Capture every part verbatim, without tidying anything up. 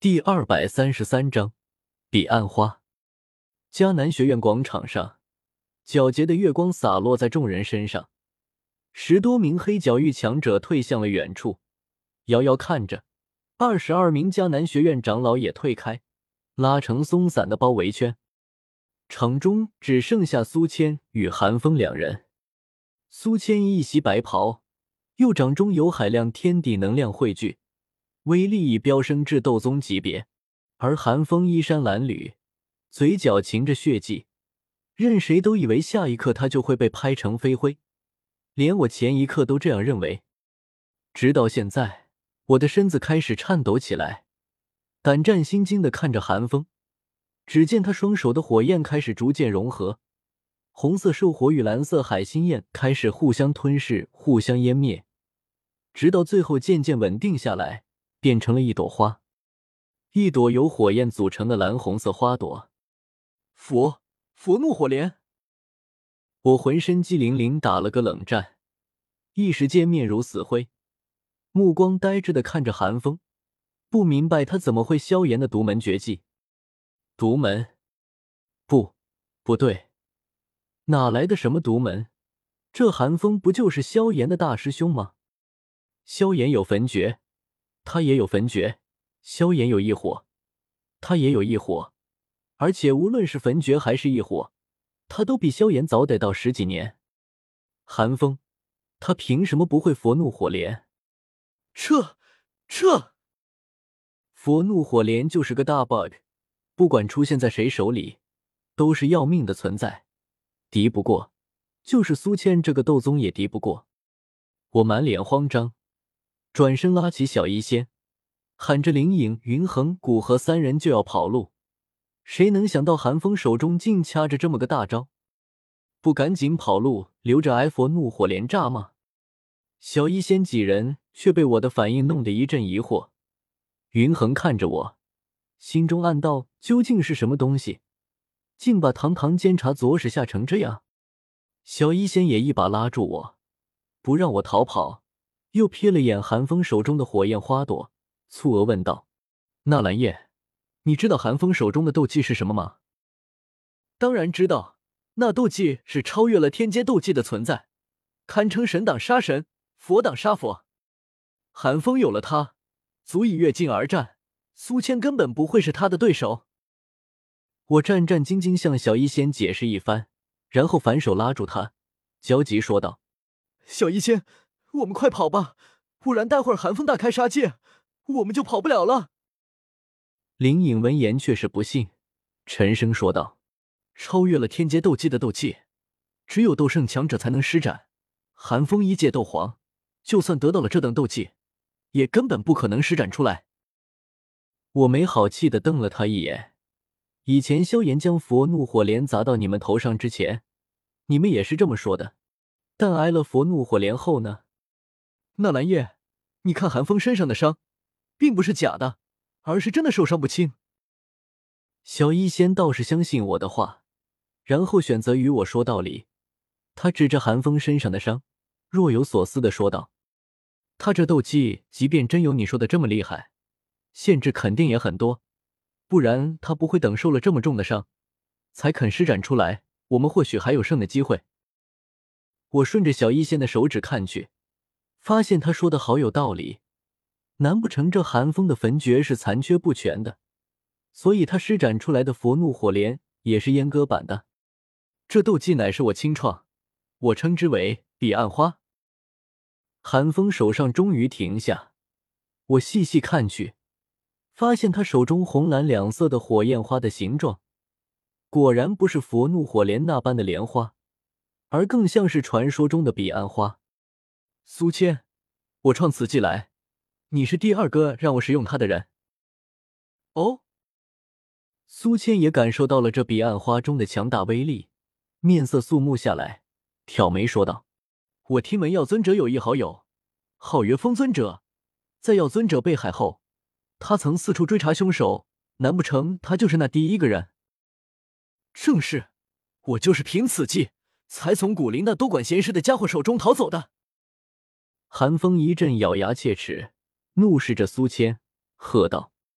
第二百三十三章彼岸花。迦南学院广场上，皎洁的月光洒落在众人身上，十多名黑角域强者退向了远处，遥遥看着。二十二名迦南学院长老也退开，拉成松散的包围圈。场中只剩下苏谦与韩风两人。苏谦一袭白袍，右掌中有海量天地能量汇聚，威力已飙升至斗宗级别，而韩风衣衫褴褛，嘴角噙着血迹，任谁都以为下一刻他就会被拍成飞灰，连我前一刻都这样认为。直到现在，我的身子开始颤抖起来，胆战心惊地看着韩风。只见他双手的火焰开始逐渐融合，红色兽火与蓝色海心焰开始互相吞噬，互相湮灭，直到最后渐渐稳定下来，变成了一朵花，一朵由火焰组成的蓝红色花朵。佛佛怒火莲。我浑身激灵灵打了个冷战，一时间面如死灰，目光呆滞地看着韩风，不明白他怎么会萧炎的独门绝技。独门？不，不对，哪来的什么独门？这韩风不就是萧炎的大师兄吗？萧炎有焚诀，他也有焚诀，萧炎有异火，他也有异火，而且无论是焚诀还是异火，他都比萧炎早得到十几年。韩风，他凭什么不会佛怒火莲？撤撤！佛怒火莲就是个大 bug， 不管出现在谁手里，都是要命的存在，敌不过，就是苏谦这个斗宗也敌不过。我满脸慌张，转身拉起小医仙，喊着灵影、云衡、古河三人就要跑路。谁能想到韩风手中竟掐着这么个大招，不赶紧跑路，留着挨佛怒火连炸吗？小医仙几人却被我的反应弄得一阵疑惑。云衡看着我，心中暗道究竟是什么东西，竟把堂堂监察左使吓成这样。小医仙也一把拉住我，不让我逃跑，又瞥了眼韩风手中的火焰花朵，蹙额问道：纳兰叶，你知道韩风手中的斗技是什么吗？当然知道，那斗技是超越了天阶斗技的存在，堪称神挡杀神，佛挡杀佛。韩风有了它，足以越境而战，苏谦根本不会是他的对手。我战战兢兢向小医仙解释一番，然后反手拉住他，焦急说道：小医仙，我们快跑吧，不然待会儿韩风大开杀戒，我们就跑不了了。灵隐闻言却是不信，沉声说道：超越了天阶斗技的斗技，只有斗圣强者才能施展，韩风一介斗皇，就算得到了这等斗技，也根本不可能施展出来。我没好气地瞪了他一眼，以前萧炎将佛怒火莲砸到你们头上之前，你们也是这么说的，但挨了佛怒火莲后呢？纳兰叶，你看韩风身上的伤，并不是假的，而是真的受伤不轻。小医仙倒是相信我的话，然后选择与我说道理。他指着韩风身上的伤，若有所思地说道：他这斗技即便真有你说的这么厉害，限制肯定也很多，不然他不会等受了这么重的伤才肯施展出来，我们或许还有胜的机会。我顺着小医仙的手指看去，发现他说的好有道理，难不成这韩风的焚诀是残缺不全的，所以他施展出来的佛怒火莲也是阉割版的？这斗技乃是我亲创，我称之为彼岸花。韩风手上终于停下，我细细看去，发现他手中红蓝两色的火焰花的形状，果然不是佛怒火莲那般的莲花，而更像是传说中的彼岸花。苏谦，我创此技来，你是第二个让我使用它的人。哦。苏谦也感受到了这彼岸花中的强大威力，面色肃穆下来，挑眉说道：我听闻药尊者有一好友，号曰风尊者，在药尊者被害后，他曾四处追查凶手，难不成他就是那第一个人？正是，我就是凭此计才从古灵那多管闲事的家伙手中逃走的。韩风一阵咬牙切齿，怒视着苏谦，喝道：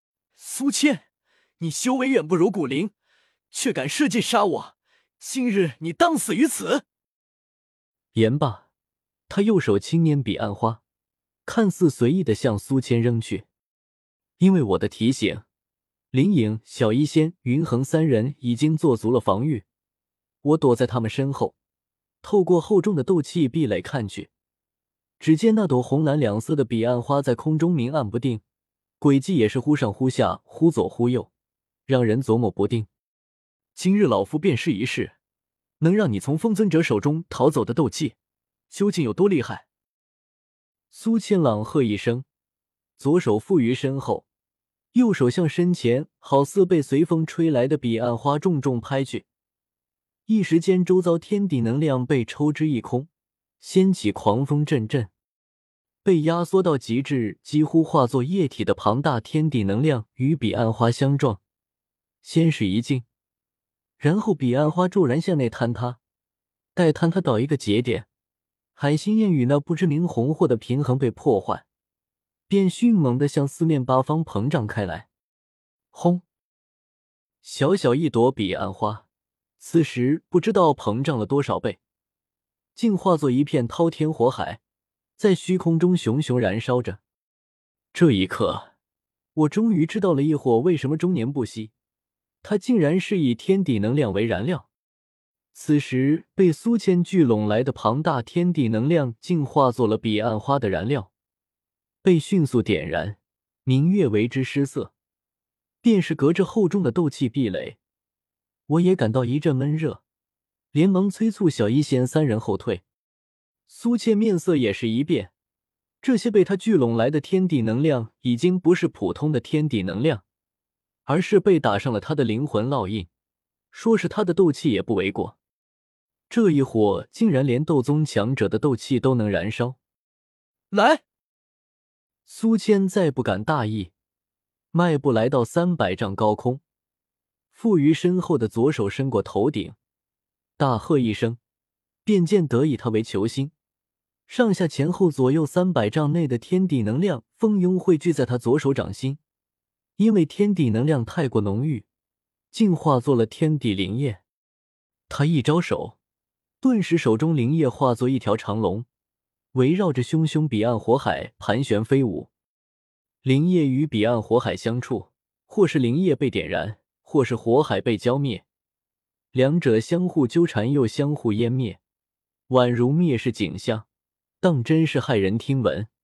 苏谦，你修为远不如古灵，却敢设计杀我，今日你当死于此！ 言罢，他右手轻捻彼岸花，看似随意地向苏谦扔去。因为我的提醒，林颖、小医仙、云恒三人已经做足了防御。我躲在他们身后，透过厚重的斗气壁垒看去，只见那朵红蓝两色的彼岸花在空中明暗不定，轨迹也是忽上忽下，忽左忽右，让人琢磨不定。今日老夫便试一试，能让你从风尊者手中逃走的斗气究竟有多厉害。苏千朗喝一声，左手负于身后，右手向身前好似被随风吹来的彼岸花重重拍去。一时间周遭天地能量被抽之一空，掀起狂风阵阵，被压缩到极致，几乎化作液体的庞大天地能量与彼岸花相撞，先是一静，然后彼岸花骤然向内坍塌，待坍塌到一个节点，海心焰与那不知名红货的平衡被破坏，便迅猛地向四面八方膨胀开来。轰！小小一朵彼岸花，此时不知道膨胀了多少倍，竟化作一片滔天火海，在虚空中熊熊燃烧着。这一刻，我终于知道了异火为什么终年不息，它竟然是以天地能量为燃料。此时被苏谦聚拢来的庞大天地能量竟化作了彼岸花的燃料，被迅速点燃，明月为之失色。便是隔着厚重的斗气壁垒，我也感到一阵闷热，连忙催促小一仙三人后退。苏倩面色也是一变，这些被他聚拢来的天地能量已经不是普通的天地能量，而是被打上了他的灵魂烙印，说是他的斗气也不为过。这一火竟然连斗宗强者的斗气都能燃烧。来！苏谦再不敢大意，迈步来到三百丈高空，负于身后的左手伸过头顶，大喝一声，便见得以他为球心，上下前后左右三百丈内的天地能量蜂拥汇聚在他左手掌心，因为天地能量太过浓郁，竟化作了天地灵液。他一招手，顿时手中灵液化作一条长龙，围绕着汹汹彼岸火海盘旋飞舞。灵液与彼岸火海相触，或是灵液被点燃，或是火海被浇灭，两者相互纠缠又相互湮灭，宛如灭世景象，当真是骇人听闻。